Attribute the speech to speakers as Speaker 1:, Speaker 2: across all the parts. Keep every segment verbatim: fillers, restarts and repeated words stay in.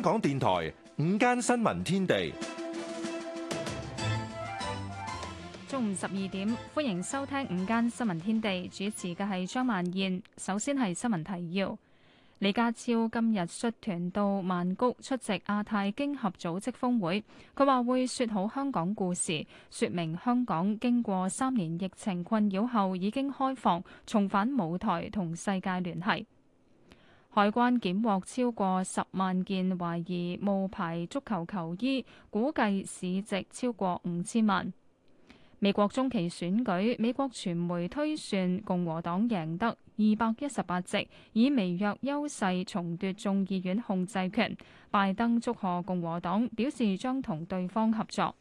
Speaker 1: 港電台午間新聞天地，
Speaker 2: 中午十二點，歡迎收聽午間新聞天地，主持嘅係張曼燕。首先係新聞提要。李家超今日率團到曼谷出席亞太經合組織峰會，佢話會說好香港故事，說明香港經過三年疫情困擾後已經開放，重返舞台同世界聯繫。海關檢獲超過十萬件懷疑冒牌足球球衣，估計市值超過五千萬。美國中期選舉，美國傳媒推算共和黨贏得二百一十八席，以微弱優勢重奪眾議院控制權。拜登祝賀共和黨，表示將同對方合作。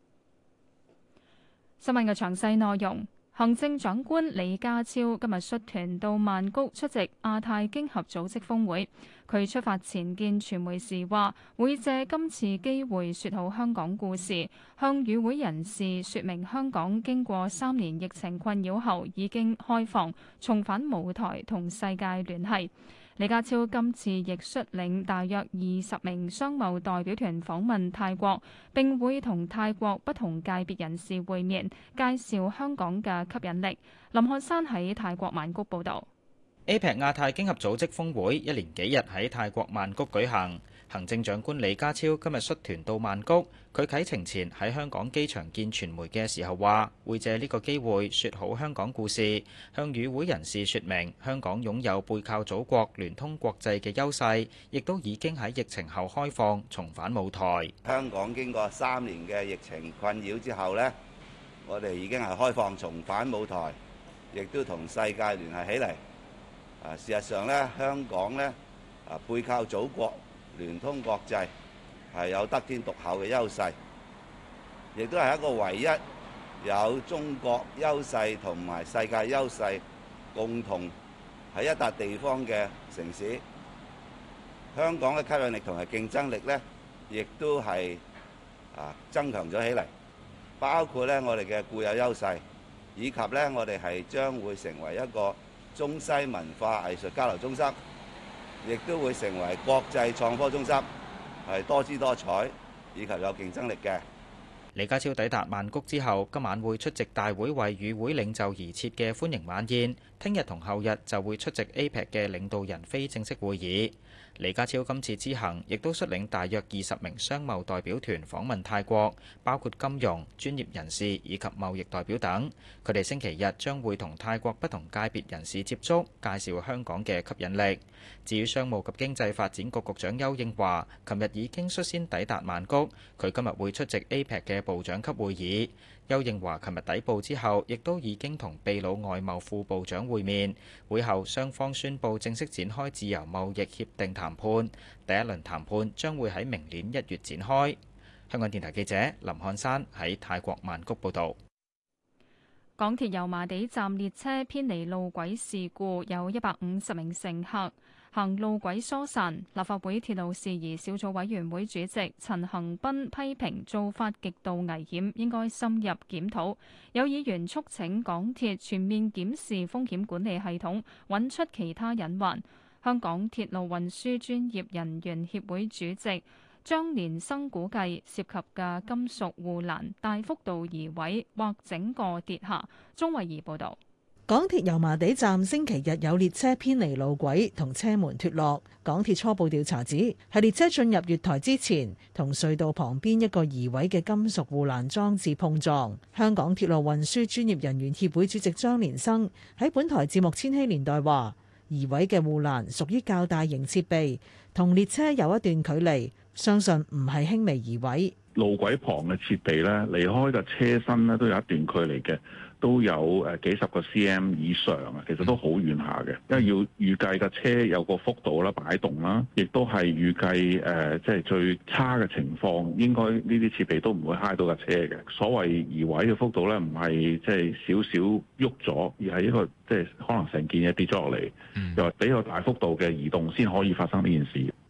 Speaker 2: 新聞嘅詳細內容。行政長官李家超今日率團到曼谷出席亞太經合組織峰會。佢出發前見傳媒時話，會借今次機會說好香港故事，向與會人士說明香港經過三年疫情困擾後已經開放，重返舞台同世界聯繫。李家超今次亦率領大約二十名商貿代表團訪問泰國，並會同泰國不同界別人士會面，介紹香港嘅吸引力。林漢山喺泰國曼谷報導。
Speaker 3: A P E C 亞太經合組織峰會一連幾日喺泰國曼谷舉行，行政長官李家超今日率團到曼谷。佢啟程前喺香港機場見傳媒嘅時候話，會借呢個機會說好香港故事，向與會人士說明香港擁有背靠祖國、聯通國際嘅優勢，亦都已經喺疫情後開放，重返舞台。
Speaker 4: 香港經過三年嘅疫情困擾之後呢，我哋已經係開放重返舞台，亦都同世界聯繫起嚟。啊，事實上咧，香港咧啊，背靠祖國、聯通國際，係有得天獨厚嘅優勢，亦都係一個唯一有中國優勢同埋世界優勢共同喺一笪地方嘅城市。香港嘅吸引力同埋競爭力咧，亦都係啊增強咗起嚟，包括咧我哋嘅固有優勢，以及咧我哋係將會成為一個中西文化藝術交流中心，亦都會成為國際創科中心，係多姿多彩以及有競爭力嘅。
Speaker 3: 李家超抵達曼谷之後，今晚會出席大會為與會領袖而設嘅歡迎晚宴，聽日同後日就會出席 A P E C 嘅領導人非正式會議。李家超今次之行亦都率領大約二十名商貿代表團訪問泰國，包括金融、專業人士以及貿易代表等。佢哋星期日將會同泰國不同界別人士接觸，介紹香港嘅吸引力。至於商務及經濟發展局局長丘應樺，琴日已經率先抵達曼谷，佢今日會出席 A P E C 嘅部長級會議。丘應樺琴日抵埗之後，亦都已經同秘魯外貿副部長會面。會後雙方宣布正式展開自由貿易協定談判，第一輪談判將會喺明年一月展開。香港電台記者林漢山喺泰國曼谷報導。
Speaker 2: 港鐵油麻地站列車偏離路軌事故，有一百五十名乘客行路軌疏散。立法會鐵路事宜小組委員會主席陳恒鑌批評做法極度危險，應該深入檢討。有議員促請港鐵全面檢視風險管理系統，揾出其他隱患。香港鐵路運輸專業人員協會主席張連生估計涉及嘅金屬護欄大幅度移位或整個跌下。鍾慧儀報導。
Speaker 5: 港鐵油麻地站星期日有列車偏離路軌同車門脫落，港鐵初步調查指係列車進入月台之前同隧道旁邊一個移位嘅金屬護欄裝置碰撞。香港鐵路運輸專業人員協會主席張連生喺本台節目《千禧年代》話，移位嘅護欄屬於較大型設備，同列車有一段距離，相信唔係輕微移位。
Speaker 6: 路軌旁嘅設備咧，離開個車身咧都有一段距離嘅，都有誒幾十個 cm 以上啊，其實都好遠下嘅。因為要預計個車有個幅度啦、擺動啦，亦都係預計誒即係最差嘅情況，應該呢啲設備都唔會揩到架車嘅。所謂移位嘅幅度咧，唔係即係少少喐咗，而係一個即係可能成件嘢跌咗落嚟，又話比較大幅度嘅移動先可以發生呢件事。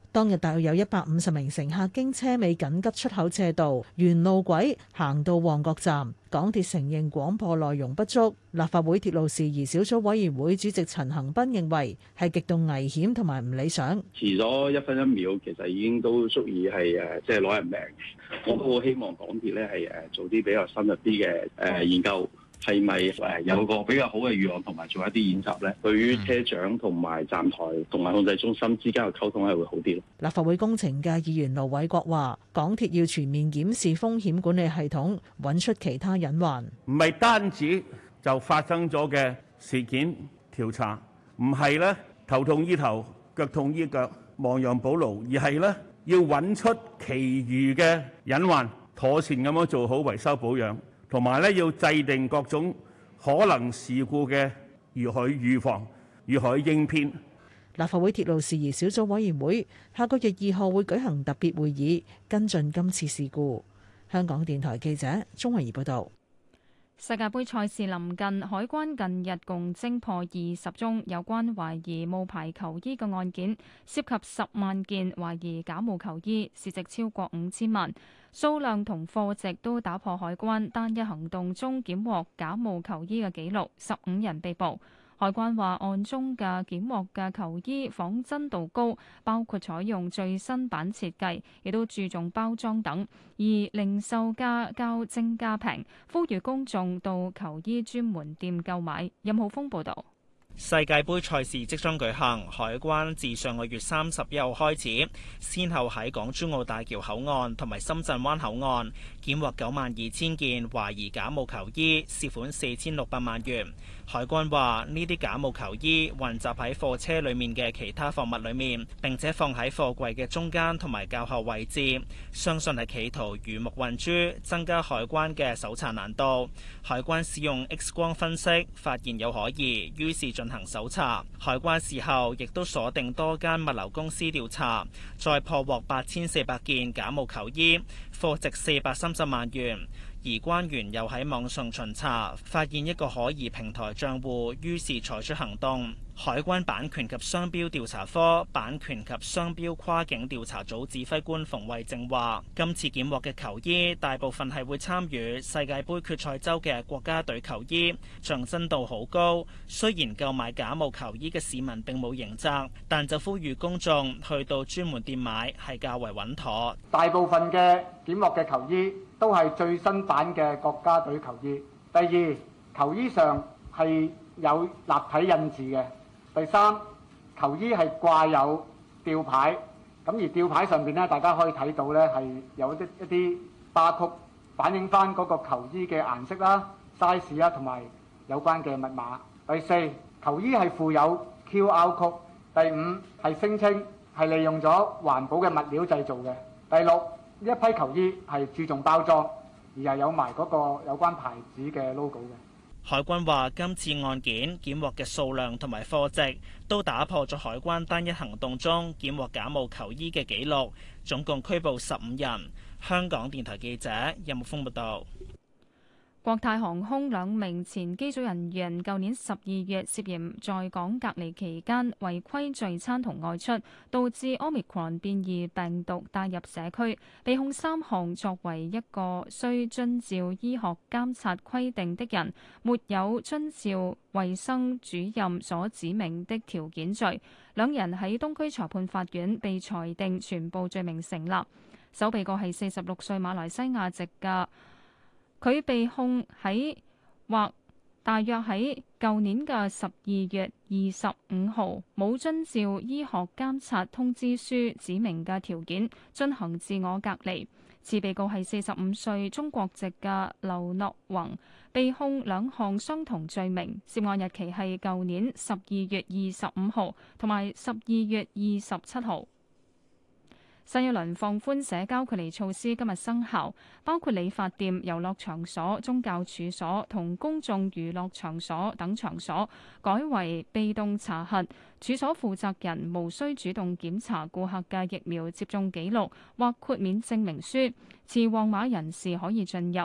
Speaker 5: 當日大約有一百五十名乘客經車尾緊急出口斜道沿路軌行到旺角站。港鐵承認廣播內容不足。立法會鐵路事宜小組委員會主席陳恒鑌認為係極度危險同埋唔理想。
Speaker 7: 遲咗一分一秒，其實已經都足以係誒，即係攞人命。我都希望港鐵咧係誒做啲比較深入啲嘅誒研究。係咪誒有個比較好嘅預案，同埋做一啲演習咧？對於車長同埋站台同埋控制中心之間嘅溝通係會好啲咯。
Speaker 5: 立法會工程嘅議員盧偉國話，港鐵要全面檢視風險管理系統，揾出其他隱患。
Speaker 8: 唔係單止就發生咗嘅事件調查，唔係咧頭痛醫頭，腳痛醫腳，亡羊補牢，而係咧要揾出其餘嘅隱患，妥善咁樣做好維修保養。同埋咧，要制定各種可能事故嘅如何預防、如何應變。
Speaker 5: 立法會鐵路事宜小組委員會下個月二號會舉行特別會議，跟進今次事故。香港電台記者鍾慧儀報道。
Speaker 2: 世界盃賽事臨近，海關近日共偵破二十宗有關懷疑冒牌球衣嘅案件，涉及十萬件懷疑假冒球衣，市值超過五千萬，數量同貨值都打破海關單一行動中檢獲假冒球衣嘅紀錄，十五人被捕。海關話案中嘅檢獲嘅球衣仿真度高，包括採用最新版設計，亦都注重包裝等，而零售價較正價平，呼籲公眾到球衣專門店購買。任浩峰報導。
Speaker 9: 世界盃賽事即將舉行，海關自上個月三十一號開始，先後喺港珠澳大橋口岸同埋深圳灣口岸檢獲九萬二千件懷疑假冒球衣，涉款四千六百萬元。海關話呢啲假冒球衣混雜喺貨車裡面嘅其他貨物裡面，並且放喺貨櫃嘅中間同埋較後位置，相信係企圖魚目混珠，增加海關嘅搜查難度。海關使用 X 光分析，發現有可疑，於是進行搜查。海關事後亦都鎖定多間物流公司調查，再破獲八千四百件假冒球衣，貨值四百三十萬元。而關員又喺網上巡查，發現一個可疑平台帳戶，於是採取行動。海關版權及商標調查科版權及商標跨境調查組指揮官馮惠正話：今次檢獲嘅球衣大部分係會參與世界盃決賽周嘅國家隊球衣，像真度好高。雖然購買假冒球衣嘅市民並冇刑責，但就呼籲公眾去到專門店買係較為穩妥。
Speaker 10: 大部分嘅檢獲嘅球衣都係最新版嘅國家隊球衣。第二，球衣上係有立體印字嘅。第三，球衣係掛有吊牌，咁而吊牌上邊咧，大家可以睇到咧係有一一啲巴曲，反映翻嗰個球衣嘅顏色啦、size 啦同埋有關嘅密碼。第四，球衣係附有 Q R code。第五，係聲稱係利用咗環保嘅物料製造嘅。第六，呢一批球衣係注重包裝，而係有埋嗰個有關牌子嘅 logo 嘅。
Speaker 9: 海關話今次案件檢獲嘅數量同埋貨值都打破咗海關單一行動中檢獲假冒球衣嘅紀錄，總共拘捕十五人。香港電台記者任木峰報道。
Speaker 2: 國泰航空兩名前機組人員舊年十二月涉嫌在港隔離期間違規聚餐同外出，導致 Omicron 變異病毒帶入社區，被控三項作為一個需遵照醫學監察規定的人，沒有遵照衛生主任所指明的條件罪。兩人喺東區裁判法院被裁定全部罪名成立。首被告係四十六歲馬來西亞籍嘅。佢被控喺或大約喺舊年嘅十二月二十五號冇遵照醫學監察通知書指明嘅條件進行自我隔離。次被告係四十五歲中國籍嘅劉諾宏，被控兩項相同罪名，涉案日期係舊年十二月二十五號同埋十二月二十七號。新一輪放寬社交距離措施今日生效，包括理髮店、遊樂場所、宗教處所同公眾娛樂場所等場所，改為被動查核。處所負責人無需主動檢查顧客嘅疫苗接種記錄或豁免證明書，持黃碼人士可以進入。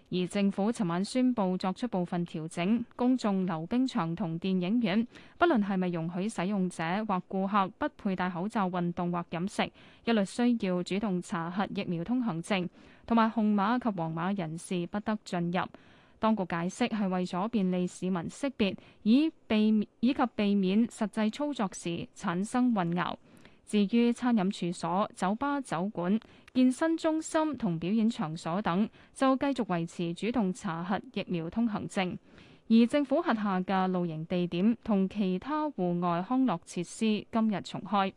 Speaker 2: 而政府尋晚宣布作出部分調整，公眾溜冰場同電影院，不論係咪容許使用者或顧客不佩戴口罩運動或飲食，一律需要主動查核疫苗通行證，同埋紅碼及黃碼人士不得進入。當局解釋係為咗便利市民識別，以避以及避免實際操作時產生混淆。至於餐飲處所、酒吧、酒館、健身中心同表演場所等，就繼續維持主動查核疫苗通行證。而政府轄下嘅露營地點同其他戶外康樂設施今日重開。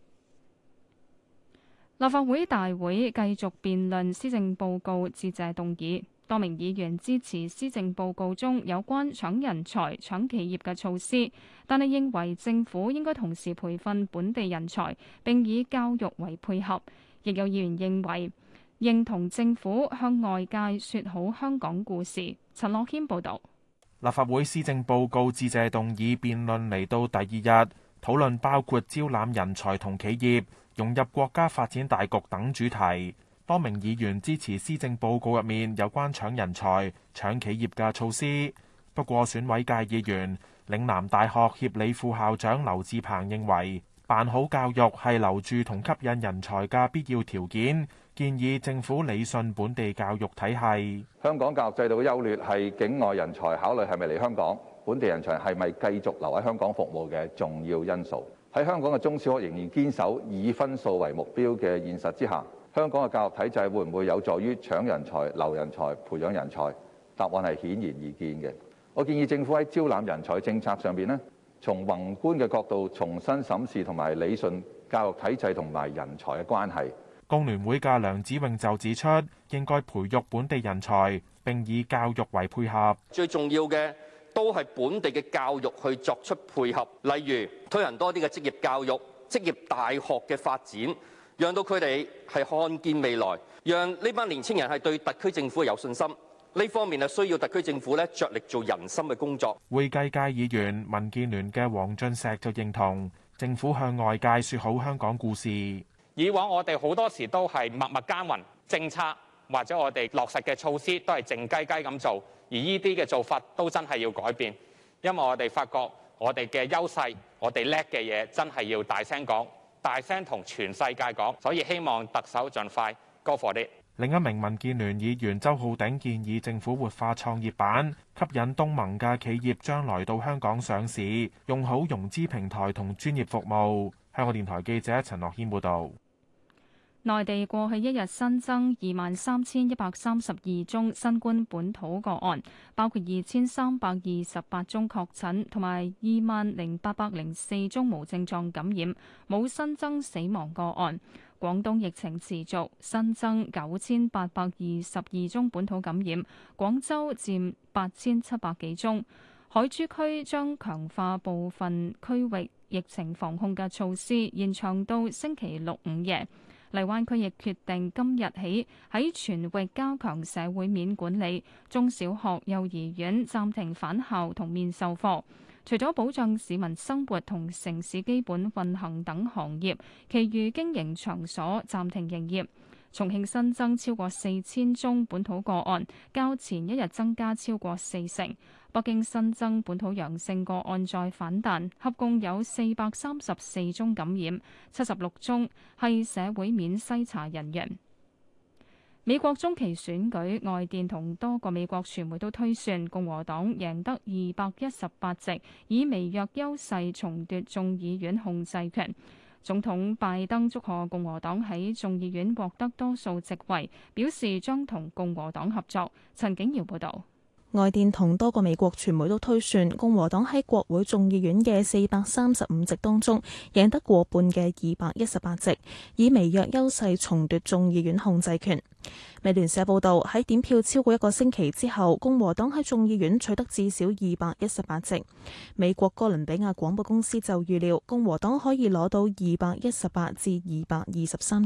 Speaker 2: 立法會大會繼續辯論施政報告致謝動議。多名議員支持施政報告中有關搶人才、搶企業嘅措施，但係認為政府應該同時培訓本地人才，並以教育為配合。亦有議員認為認同政府向外界説好香港故事。陳樂軒報導。
Speaker 11: 立法會施政報告致謝動議辯論嚟到第二日，討論包括招攬人才同企業、融入國家發展大局等主題。多名議員支持施政報告入面有關搶人才、搶企業嘅措施。不過，選委界議員、嶺南大學協理副校長劉志鵬認為，辦好教育係留住同吸引人才嘅必要條件，建議政府理順本地教育體系。
Speaker 12: 香港教育制度嘅優劣係境外人才考慮係咪嚟香港，本地人才係咪繼續留喺香港服務嘅重要因素。喺香港嘅中小學仍然堅守以分數為目標嘅現實之下，香港嘅教育體制會唔會有助於搶人才、留人才、培養人才？答案係顯而易見嘅。我建議政府喺招攬人才政策上邊呢，從宏觀嘅角度重新審視同埋理順教育體制同埋人才嘅關係。
Speaker 11: 工聯會嘅梁子穎就指出，應該培育本地人才，並以教育為配合。
Speaker 13: 最重要嘅都係本地嘅教育去作出配合，例如推行多啲嘅職業教育、職業大學嘅發展。讓到佢哋係看見未來，讓呢班年青人係對特區政府有信心。呢方面係需要特區政府咧着力做人心嘅工作。
Speaker 11: 會計界議員民建聯嘅黃俊碩就認同政府向外界説好香港故事。
Speaker 14: 以往我哋好多時都係默默耕耘，政策或者我哋落實嘅措施都係靜雞雞咁做，而呢啲嘅做法都真係要改變，因為我哋發覺我哋嘅優勢，我哋叻嘅嘢真係要大聲講。大聲同全世界講，所以希望特首盡快 go for it。
Speaker 11: 另一名民建聯議員周浩鼎建議政府活化創業板，吸引東盟嘅企業將來到香港上市，用好融資平台同專業服務。香港電台記者陳樂軒報導。
Speaker 2: 內地過去一日新增二萬三千一百三十二宗新冠本土個案，包括二千三百二十八宗確診，同埋二萬零八百零四宗無症狀感染，冇新增死亡個案。廣東疫情持續，新增九千八百二十二宗本土感染，廣州佔八千七百幾宗。海珠區將強化部分區域疫情防控嘅措施，延長到星期六午夜。荔灣區亦決定今日起喺全域加強社會面管理，中小學、幼兒園暫停返校同面授課。除咗保障市民生活同城市基本運行等行業，其餘經營場所暫停營業。重慶新增超過四千宗本土個案，較前一日增加超過四成。北京新增本土陽性個案再反彈，合共有四百三十四宗感染，七十六宗係社會面篩查人員。美國中期選舉，外電同多個美國傳媒都推算共和黨贏得二百一十八席，以微弱優勢重奪眾議院控制權。總統拜登祝賀共和黨喺眾議院獲得多數席位，表示將同共和黨合作。陳景堯報道。
Speaker 15: 外電同多個美國傳媒都推算，共和黨喺國會眾議院嘅四百三十五席當中，贏得過半嘅二百一十八席，以微弱優勢重奪眾議院控制權。美聯社報道，喺點票超過一個星期之後，共和黨喺眾議院取得至少二百一十八席。美國哥倫比亞廣播公司就預料，共和黨可以攞到二百一十八至二百二十三席。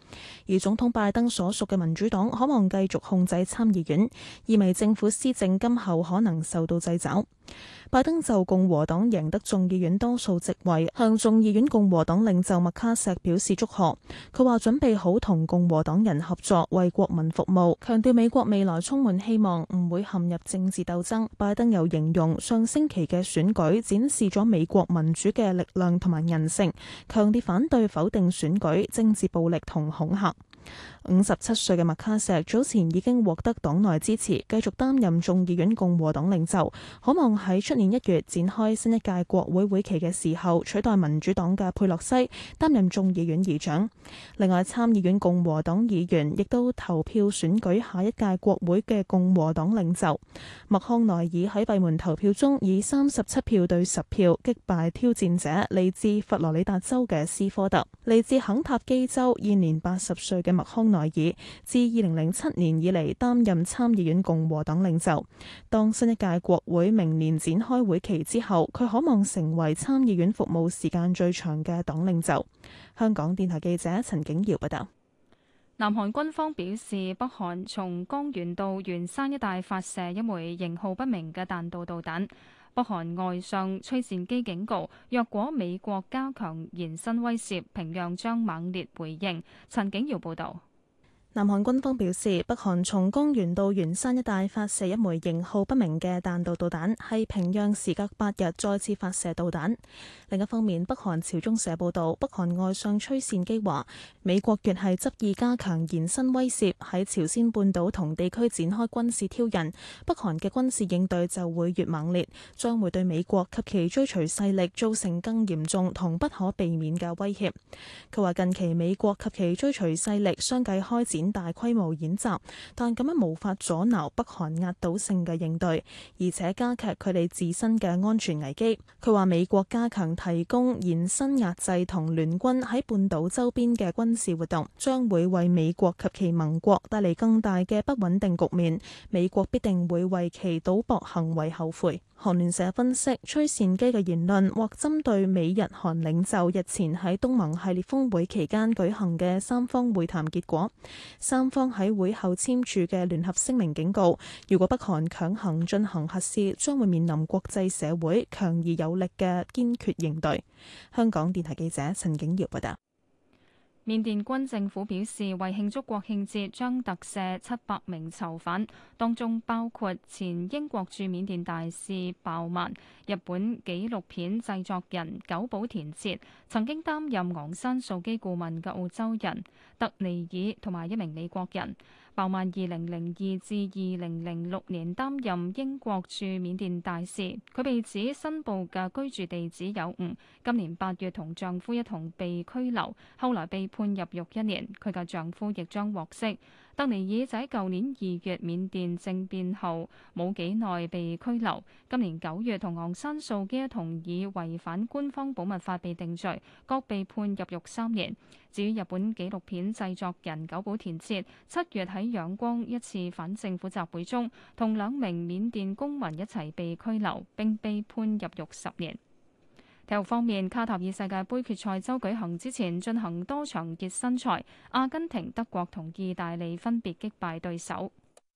Speaker 15: 而總統拜登所屬嘅民主黨渴望繼續控制參議院，意味政府施政今後可能受到掣肘。拜登就共和黨贏得眾議院多數席位，向眾議院共和黨領袖麥卡錫表示祝賀。佢話準備好同共和黨人合作，為國民服務，強調美國未來充滿希望，唔會陷入政治鬥爭。拜登又形容上星期嘅選舉展示咗美國民主嘅力量同埋韌性，強烈反對否定選舉、政治暴力同恐嚇。五十七歲嘅麥卡錫早前已經獲得黨內支持，繼續擔任眾議院共和黨領袖，可望喺出年一月展開新一屆國會會期嘅時候取代民主黨嘅佩洛西擔任眾議院議長。另外，參議院共和黨議員亦都投票選舉下一屆國會嘅共和黨領袖。麥康奈爾喺閉門投票中以三十七票對十票擊敗挑戰者嚟自佛羅里達州嘅斯科特。嚟自肯塔基州現年八十歲嘅麥康奈爾自二零零七年以嚟擔任參議院共和黨領袖。當新一屆國會明年展開會期之後，佢可望成為參議院服務時間最長嘅黨領袖。香港電台記者陳景瑤報道。
Speaker 2: 南韓軍方表示，北韓從江原道元山一帶發射一枚型號不明嘅彈道導彈。北韓外相崔善基警告，若果美國加強延伸威懾，平壤將猛烈回應。陳景瑤報道。
Speaker 15: 南韓軍方表示，北韓從江原道元山一帶發射一枚型號不明嘅彈道導彈，係平壤時隔八日再次發射導彈。另一方面，北韓朝中社報導，北韓外相崔善基話，美國越係執意加強延伸威懾，喺朝鮮半島同地區展開軍事挑釁，北韓嘅軍事應對就會越猛烈，將會對美國及其追隨勢力造成更嚴重同不可避免嘅威脅。佢話近期美國及其追隨勢力相繼開展大規模演習，但咁樣無法阻撓北韓壓倒性嘅應對，而且加劇佢哋自身嘅安全危機。佢話美國加強提供延伸壓制同聯軍喺半島周邊嘅軍事活動，將會為美國及其盟國帶嚟更大嘅不穩定局面，美國必定會為其賭博行為後悔。韓聯社分析，崔善基嘅言論或針對美日韓領袖日前喺東盟系列峰會期間舉行嘅三方會談結果。三方喺會後簽署嘅聯合聲明警告，如果北韓強行進行核試，將會面臨國際社會強而有力嘅堅決應對。香港電台記者陳景瑤報道。
Speaker 2: 緬甸軍政府表示，為慶祝國慶節，將特赦七百名囚犯，當中包括前英國駐緬甸大使鮑曼、日本紀錄片製作人久保田徹、曾經擔任昂山素基顧問嘅澳洲人德尼爾同埋一名美國人。鮑曼二零零二至二零零六年擔任英國駐緬甸大使，佢被指申報嘅居住地址有誤，今年八月同丈夫一同被拘留，後來被判入獄一年，佢嘅丈夫亦將獲釋。德尼爾就喺舊年二月緬甸政變後冇幾耐被拘留，今年九月同昂山素基一同以違反官方保密法被定罪，各被判入獄三年。至於日本紀錄片製作人久保田徹，七月喺仰光一次反政府集會中，同兩名緬甸公民一齊被拘留，並被判入獄十年。體育方面，卡塔爾世界盃決賽周舉行之前進行多場熱身賽，阿根廷、德國同意大利分別擊敗對手。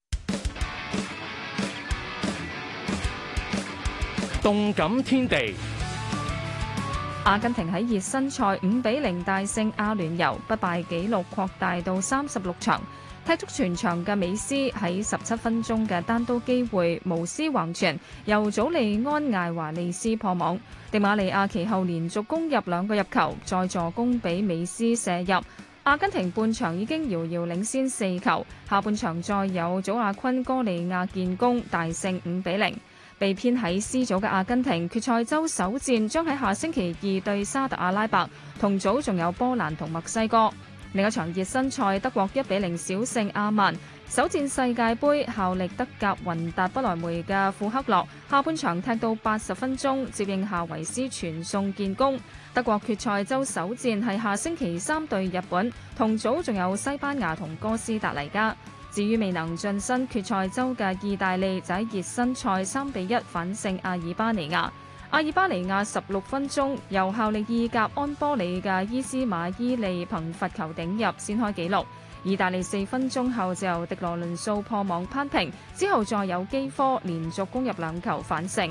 Speaker 1: 動感天地，
Speaker 2: 阿根廷喺熱身賽五比零大勝阿聯酋，不敗紀錄擴大到三十六場。踢足全場嘅美斯喺十七分鐘嘅單刀機會無私橫傳，由祖利安艾華利斯破網。迪馬利亞其後連續攻入兩個入球，再助攻俾美斯射入。阿根廷半場已經遙遙領先四球，下半場再有祖亞昆哥利亞建功，大勝五比零。被編喺 C 組嘅阿根廷決賽周首戰將喺下星期二對沙特阿拉伯，同組仲有波蘭同墨西哥。另一場熱身賽，德國一比零小勝阿曼。首戰世界盃效力德甲雲達不萊梅嘅庫克洛，下半場踢到八十分鐘，接應夏維斯傳送建功。德國決賽周首戰係下星期三對日本，同組仲有西班牙同哥斯達黎加。至於未能晉身決賽周嘅意大利，就喺熱身賽三比一反勝阿爾巴尼亞。 阿爾巴尼亞十六分鐘由效力意甲安波里嘅伊斯馬伊利憑罰球頂入先開紀錄。意大利四分鐘後就由迪羅倫素破網扳平，之後再有基科連續攻入兩球反勝。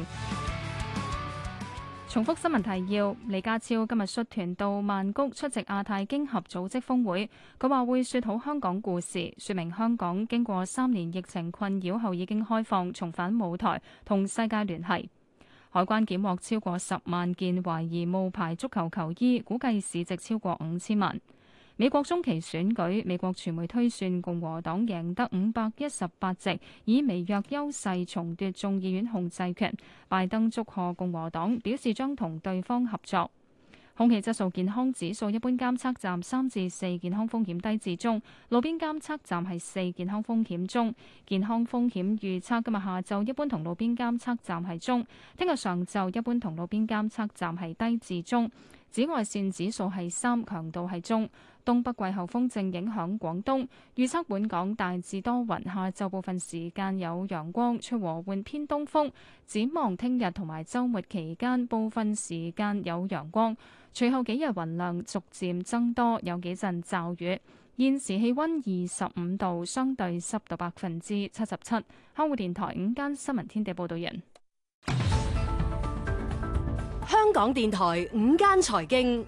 Speaker 2: 重複新聞提要：李家超今日率團到曼谷出席亞太經合組織峰會，佢話會說好香港故事，說明香港經過三年疫情困擾後已經開放重返舞台，同世界聯繫。海關檢獲超過十萬件懷疑冒牌足球球衣，估計市值超過五千萬。美國中期選舉，美國傳媒推算共和黨贏得五百一十八席，以微弱優勢重奪眾議院控制權。拜登祝賀共和黨，表示將同對方合作。空氣質素健康指數，一般監測站三至四，健康風險低至中；路邊監測站係四，健康風險中。健康風險預測今日下晝一般同路邊監測站係中，聽日上晝一般同路邊監測站係低至中。紫外線指數係三，強度係中。東北季候風正影響廣東，預測本港大致多雲，下晝部分時間有陽光，吹和緩偏東風。展望聽日同埋週末期間，部分時間有陽光，隨後幾日雲量逐漸增多，有幾陣驟雨。現時氣溫二十五度，相對濕度百分之七十七。香港電台午間新聞天地報道人。
Speaker 16: 香港電台午間財經。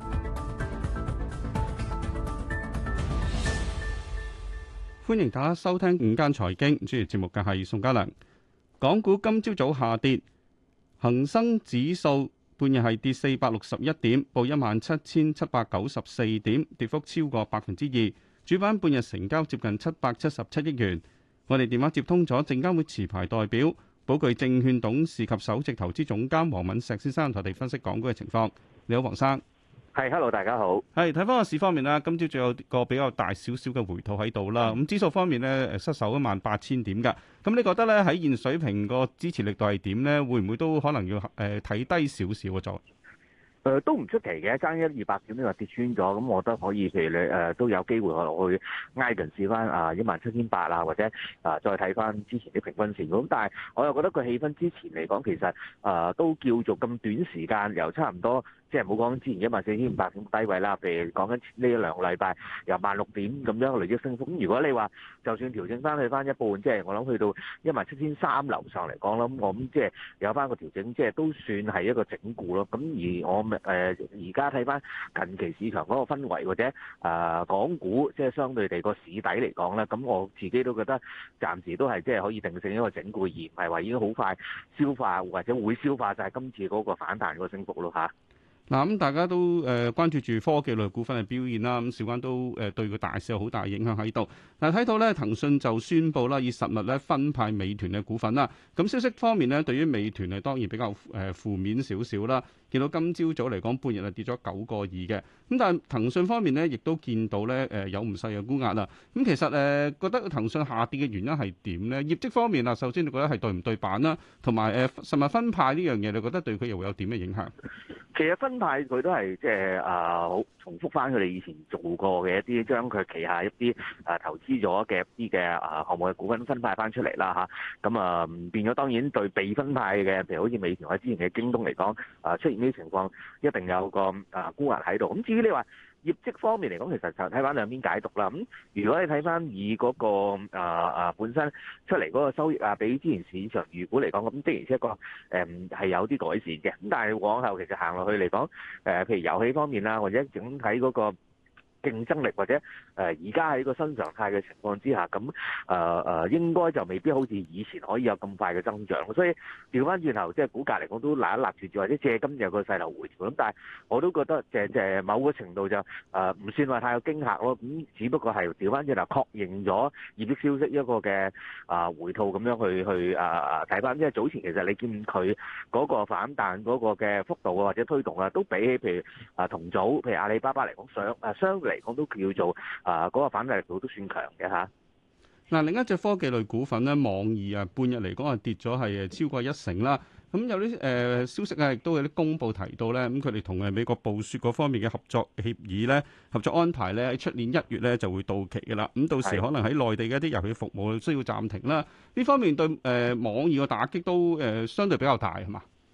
Speaker 17: 歡迎大家收聽午間財經，主持節目嘅係宋家良。港股今朝早下跌，恒生指數半日係跌四百六十一點，報一萬七千七百九十四點，跌幅超過百分之二。主板半日成交接近七百七十七億元。我哋電話接通咗證監會持牌代表寶具證券董事及首席投資總監黃敏石先生，同我哋分析港股嘅情況。你好，黃生。
Speaker 18: 係 ，hello， 大家好。
Speaker 17: 係睇翻個市方面啦，今朝仲有個比較大少少嘅回吐喺度啦。咁、嗯、指數方面咧，誒失守一萬八千點㗎。咁你覺得咧喺現水平個支持力度係點咧？會唔會都可能要誒睇、呃、低少少嘅咗？
Speaker 18: 誒、呃、都唔出奇嘅，爭一二百點呢個跌穿咗，咁我覺得可以，譬如你誒、呃、都有機會去挨近試翻啊一萬七千八啊，或者啊、呃、再睇翻之前啲平均線。咁但係我又覺得個氣氛之前嚟講，其實啊、呃、都叫做咁短時間，由差唔多即係唔好講之前一萬四千五百點低位啦，譬如講緊呢一兩個禮拜由萬六點咁樣累積升幅。咁如果你話就算調整翻去翻一半，即係我諗去到一萬七千三樓上嚟講啦，咁我諗即係有翻個調整，即係都算係一個整固咯。咁而我誒而家睇翻近期市場嗰個氛圍或者誒、呃、港股即係相對地個市底嚟講咧，咁我自己都覺得暫時都係即係可以定性一個整固，而唔係話已經好快消化或者會消化晒今次嗰個反彈嗰個升幅咯嚇。
Speaker 17: 嗱，咁大家都誒關注住科技類股份嘅表現啦，咁小關都誒對個大市有好大影響喺度。嗱，睇到咧騰訊就宣布啦，以實物咧分派美團嘅股份啦。咁消息方面咧，對於美團係當然比較誒負面少少啦。見到今朝早嚟講，半日係跌咗九個二嘅。咁但係騰訊方面咧，亦都見到咧誒有唔細嘅沽壓啦。咁其實誒覺得騰訊下跌嘅原因係點咧？業績方面啊，首先你覺得係對唔對版啦？同埋誒實物分派呢樣嘢，你覺得對佢又會有點嘅影響？
Speaker 18: 其實分派佢都係即係啊，好重複翻佢哋以前做過嘅一啲，將佢旗下一啲啊投資咗嘅一啲嘅啊項目嘅股份分派翻出嚟啦嚇。咁啊變咗當然對被分派嘅，譬如好似美團或者之前嘅京東嚟講，啊出現呢啲情況，一定有個啊沽壓喺度。咁至於你話業績方面嚟講，其實就睇翻兩邊解讀啦。咁如果你睇翻以嗰、那個啊啊本身出嚟嗰個收益啊，比之前市場預估嚟講，咁的而且確誒係有啲改善嘅。咁但係往後其實行落去嚟講，誒、呃、譬如遊戲方面啦，或者整體嗰、那個競爭力或者誒而家喺個新常態嘅情況之下，咁誒誒應該就未必好似以前可以有咁快嘅增長。所以調翻轉頭，即係股價嚟講都揦一揦住住，或者借今日個勢頭回調。咁但係我都覺得即係某個程度就誒唔、呃、算話太有驚嚇咯。咁只不過係調翻轉頭確認咗業績消息一個嘅啊、呃、回吐咁樣去去啊睇翻。因為早前其實你見佢嗰個反彈嗰個嘅幅度啊或者推動啊，都比起譬如啊同組譬如阿里巴巴嚟講相誒相對嚟講都叫做啊嗰個反彈力度都算強嘅嚇。
Speaker 17: 嗱，另一隻科技類股份咧，網易啊，半日嚟講係跌咗係超過一成啦。咁有啲誒、呃、消息啊，亦都有啲公佈提到咧，咁佢哋同誒美國暴雪嗰方面嘅合作協議咧、合作安排咧，喺出年一月咧就會到期嘅啦。咁到時可能喺內地嘅一啲遊戲服務需要暫停啦。呢方面對誒、呃、網易嘅打擊都誒、呃、相對比較大係嘛？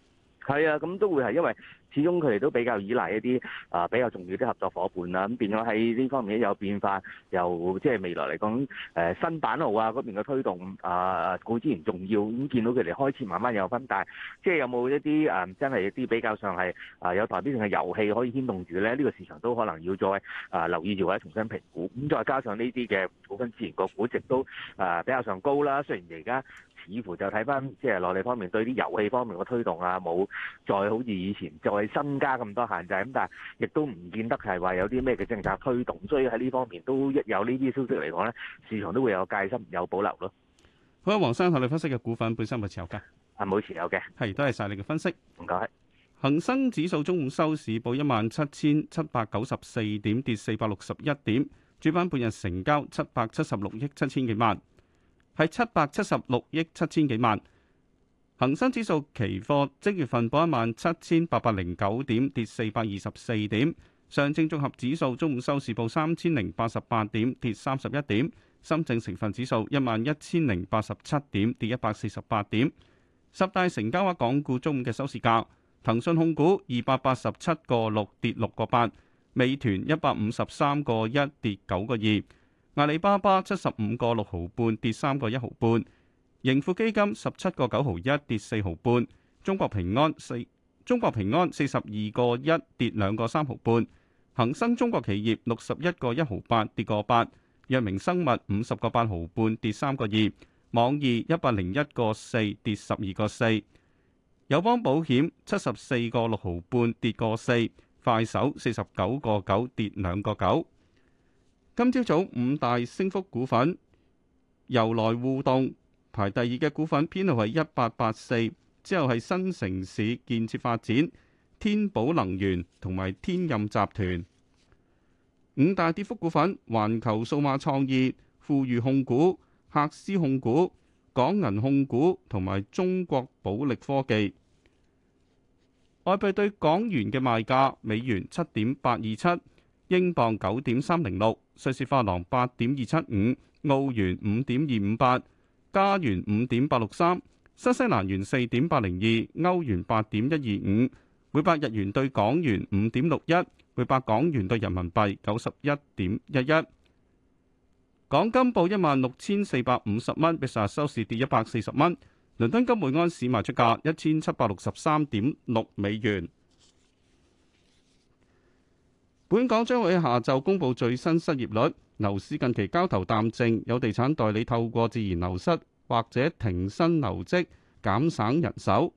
Speaker 18: 係啊，咁都會係因為始終佢哋都比較依賴一啲啊、呃、比較重要啲合作伙伴啦，咁變咗喺呢方面有變化，又即係未來嚟講誒新版號啊嗰邊嘅推動啊固之然重要，咁見到佢哋開始慢慢有分，但係即係有冇一啲誒、呃、真係一啲比較上係啊、呃、有代表性嘅遊戲可以牽動住咧？呢、呢個市場都可能要再啊、呃、留意住或者重新評估，咁再加上呢啲嘅股份自然個估值都啊、呃、比較上高啦，雖然而家似乎就睇翻即係內地方面對啲遊戲方面嘅推動啊，冇再好似以前再新加咁多限制，咁但係亦都唔見得係話有啲咩嘅政策推動，所以喺呢方面都一有呢啲消息嚟講咧，市場都會有戒心有保留咯。
Speaker 17: 好啊，黃生，同你分析嘅股份本身有冇持有㗎？
Speaker 18: 啊，冇持有嘅。
Speaker 17: 係，多謝晒你嘅分析。
Speaker 18: 唔該。
Speaker 17: 恒生指數中午收市報一萬七千七百九十四點，跌四百六十一點。主板半日成交七百七十六億七千幾萬。係七百七十六億七千幾萬，恒生指數期貨即月份報一萬七千八百零九點，跌四百二十四點。上證綜合指數中午收市報三千零八十八點，跌三十一點。深證成分指數一萬一千零八十七點，跌一百四十八點。十大成交額港股中午嘅收市價，騰訊控股二百八十七個六，跌六個八；美團一百五十三個一，跌九個二。阿里巴巴七十五個六毫半，跌三個一毫半；盈富基金十七個九毫一，跌四毫半；中國平安四中國平安四十二個一，跌兩個三毫半；恒生中國企業六十一個一毫八，跌個八；藥明生物五十個八毫半，跌三個二；網易一百零一個四，跌十二個四；友邦保險七十四個六毫半，跌個四；快手四十九個九，跌兩個九。今朝早五大升幅股份，由來互動排第二嘅股份編號係一八八四，之後係新城市建設發展、天寶能源同埋天任集團。五大跌幅股份：環球數碼創意、富裕控股、客思控股、港銀控股同埋中國寶力科技。外幣對港元嘅賣價：美元七點八二七。英鎊九點三零六，瑞士法郎八點二七五，澳元五點二五八，加元五點八六三，新西蘭元四點八零二，歐元八點一二五，每百日元對港元五點六一，每百港元對人民幣九十一點一一。港金報一萬六千四百五十蚊，比上日收市跌一百四十蚊。倫敦金每安士賣出價一千七百六十三點六美元。本港將會喺下晝公布最新失業率，樓市近期交投淡靜，有地產代理透過自然流失或者停薪留職減省人手。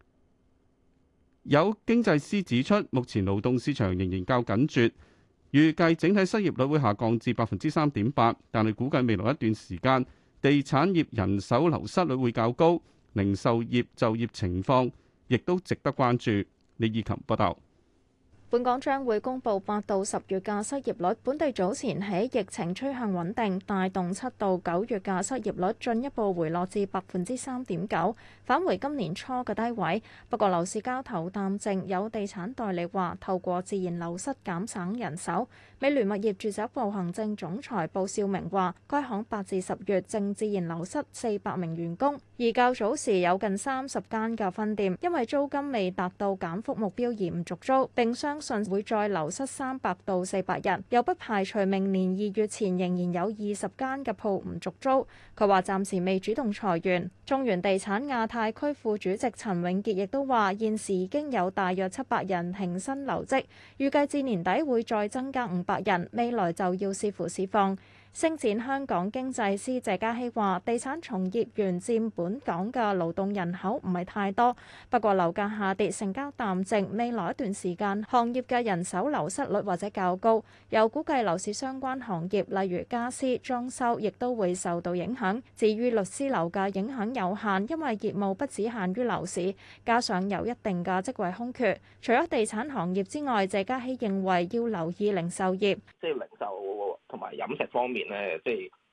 Speaker 17: 有經濟師指出，目前勞動市場仍然較緊絀，預計整體失業率會下降至百分之三點八，但係估計未來一段時間地產業人手流失率會較高，零售業就業情況亦都值得關注。李以琴報道。
Speaker 19: 本港將會公布八到十月嘅失業率，本地早前喺疫情趨向穩定，帶動七到九月嘅失業率進一步回落至百分之三點九，返回今年初嘅低位。不過樓市交投淡靜，有地產代理話透過自然流失減省人手。美聯物業住宅部行政總裁布少明話，該行八至十月正自然流失四百名員工，而較早時有近三十間嘅分店因為租金未達到減幅目標而唔續租，並相信會再流失三百到四百人，又不排除明年二月前仍然有二十間嘅鋪唔續租。佢話暫時未主動裁員。中原地產亞太區副主席陳永傑亦都話，現時已經有大約七百人停薪留職，預計至年底會再增加五百人，未來就要視乎市況。星展香港經濟師謝嘉熙話，地產從業員佔本港嘅勞動人口唔係太多，不過樓價下跌，成交淡靜，未來一段時間行業嘅人手流失率或者較高，又估計樓市相關行業例如家私、裝修亦都會受到影響。至於律師樓嘅影響有限，因為業務不只限於樓市，加上有一定嘅職位空缺。除咗地產行業之外，謝嘉熙認為要留意零售業，
Speaker 20: 即係零售同埋飲食方面咧，即係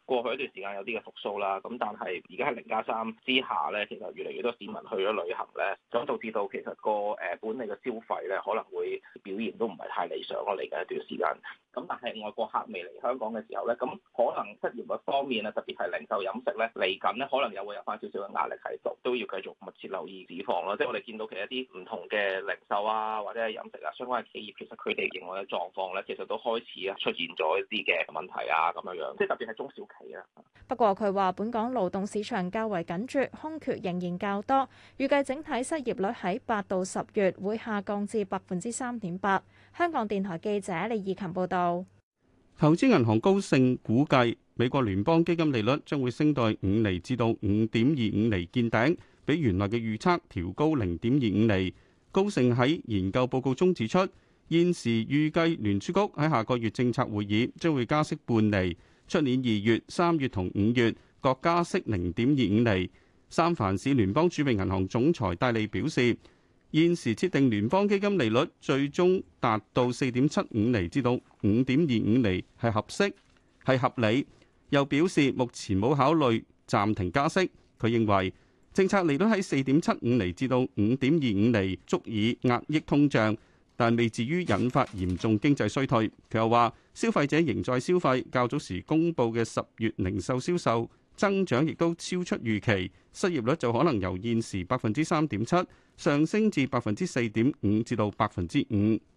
Speaker 20: 過去一段時間有啲嘅復甦啦，咁但係而家喺零加三之下咧，其實越嚟越多市民去咗旅行咧，咁導致到其實個誒本地嘅消費咧可能會表現都唔係太理想咯，嚟緊一段時間。咁但係外國客未嚟香港嘅時候咧，咁可能失業率方面啊，特別係零售飲食咧嚟緊咧，可能又會有翻少少嘅壓力喺度，都要繼續密切留意市況咯。即係我哋見到其實一啲唔同嘅零售啊，或者係飲食啊相關嘅企業，其實佢哋營運嘅狀況咧，其實都開始啊出現咗一啲嘅問題啊咁樣樣，即係特別係中小企啊。
Speaker 19: 不過佢話，本港勞動市場較為緊絀，空缺仍然較多，預計整體失業率喺八到十月會下降至百分之三點八。香港電台記者李義琴報道。
Speaker 17: 投資銀行高盛估計，美國聯邦基金利率將會升到五厘至到五點二五厘見頂，比原來嘅預測調高零點二五厘。高盛喺研究報告中指出，現時預計聯儲局喺下個月政策會議將會加息半厘，出年二月、三月同五月各加息零點二五厘。三藩市聯邦儲備銀行總裁戴利表示，現時設定聯邦基金利率最終達到四點七五厘至到五點二五厘係合適，係合理。又表示目前冇考慮暫停加息。佢認為政策利率喺四點七五厘至到五點二五厘足以壓抑通脹，但未至於引發嚴重經濟衰退。佢又話消費者仍在消費，較早時公佈嘅十月零售銷售增長亦都超出預期，失業率就可能由現時百分之三點七上升至百分之四點五至到百分之五。